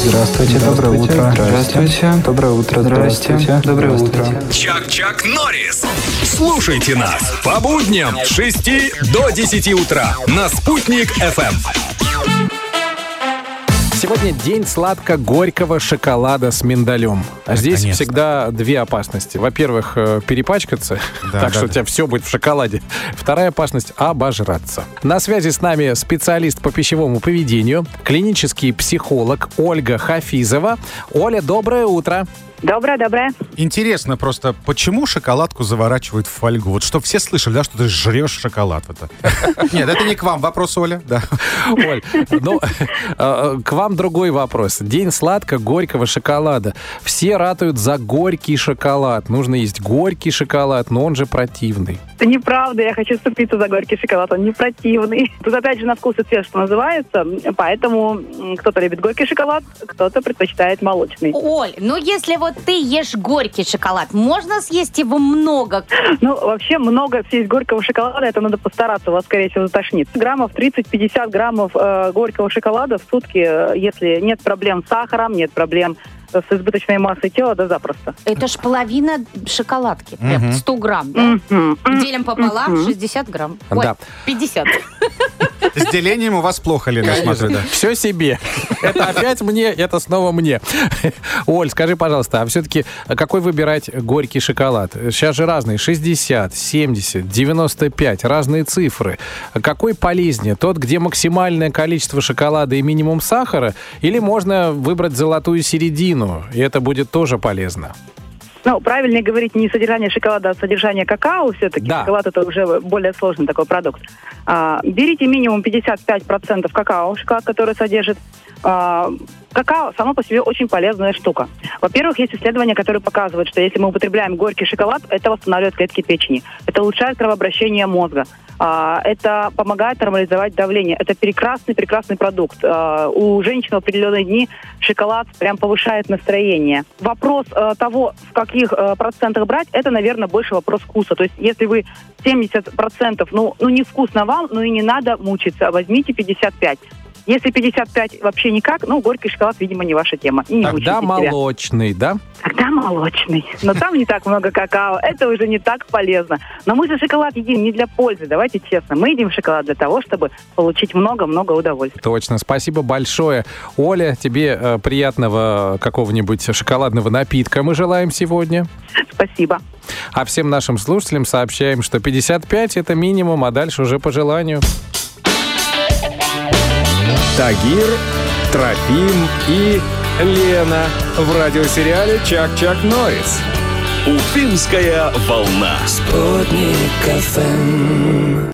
Здравствуйте, доброе утро. Здравствуйте. Доброе утро. Здравствуйте. Доброе утро. Чак-Чак Норрис. Слушайте нас по будням с 6 до 10 утра на Спутник FM. Сегодня день сладко-горького шоколада с миндалем. А здесь Наконец-то. всегда две опасности. Во-первых, перепачкаться, так что у тебя все будет в шоколаде. Вторая опасность — обожраться. На связи с нами специалист по пищевому поведению, клинический психолог Ольга Хафизова. Оля, доброе утро. Доброе. Интересно просто, почему шоколадку заворачивают в фольгу? Вот что все слышали, да, что ты жрешь шоколад. Нет, это не к вам вопрос, Оля. Да. Оль, к вам другой вопрос. День сладко-горького шоколада. Все ратуют за горький шоколад. Нужно есть горький шоколад, но он же противный. Это неправда, я хочу вступиться за горький шоколад, он не противный. Тут опять же на вкус и цвет, что называется, поэтому кто-то любит горький шоколад, кто-то предпочитает молочный. Оль, ну если вот ты ешь горький шоколад, можно съесть его много? Ну, вообще много съесть горького шоколада, это надо постараться, вас, скорее всего, затошнит. Граммов 30-50 граммов горького шоколада в сутки, если нет проблем с сахаром, нет проблем с избыточной массой тела, да запросто. Это ж половина шоколадки, прям 100 грамм, да? Делим пополам, 60 грамм. Ой, Да. 50. С делением у вас плохо, Лена, я смотрю, да. Все себе. Это опять мне, это снова мне. Оль, скажи, пожалуйста, а все-таки какой выбирать горький шоколад? Сейчас же разные. 60, 70, 95. Разные цифры. Какой полезнее? Тот, где максимальное количество шоколада и минимум сахара? Или можно выбрать золотую середину, и это будет тоже полезно? Ну, правильнее говорить не содержание шоколада, а содержание какао все-таки. Да. Шоколад — это уже более сложный такой продукт. Берите минимум 55% какао, шоколад, который содержит. Какао само по себе очень полезная штука. Во-первых, есть исследования, которые показывают, что если мы употребляем горький шоколад, это восстанавливает клетки печени. Это улучшает кровообращение мозга. Это помогает нормализовать давление. Это прекрасный продукт. У женщин в определенные дни шоколад прям повышает настроение. Вопрос того, в каких процентах брать, это, наверное, больше вопрос вкуса. То есть, если вы 70%, ну невкусно вам, но и не надо мучиться. Возьмите 55%. Если 55 вообще никак, горький шоколад, видимо, не ваша тема. И не Тогда мучайте себя. молочный, да? Тогда молочный. Но там не так много какао. Это уже не так полезно. Но мы же шоколад едим не для пользы. Давайте честно. Мы едим шоколад для того, чтобы получить много-много удовольствия. Точно. Спасибо большое. Оля, тебе приятного какого-нибудь шоколадного напитка мы желаем сегодня. Спасибо. А всем нашим слушателям сообщаем, что 55 — это минимум, а дальше уже по желанию. Тагир, Трофим и Лена в радиосериале «Чак-Чак Норрис». Уфимская волна. Спутник FM.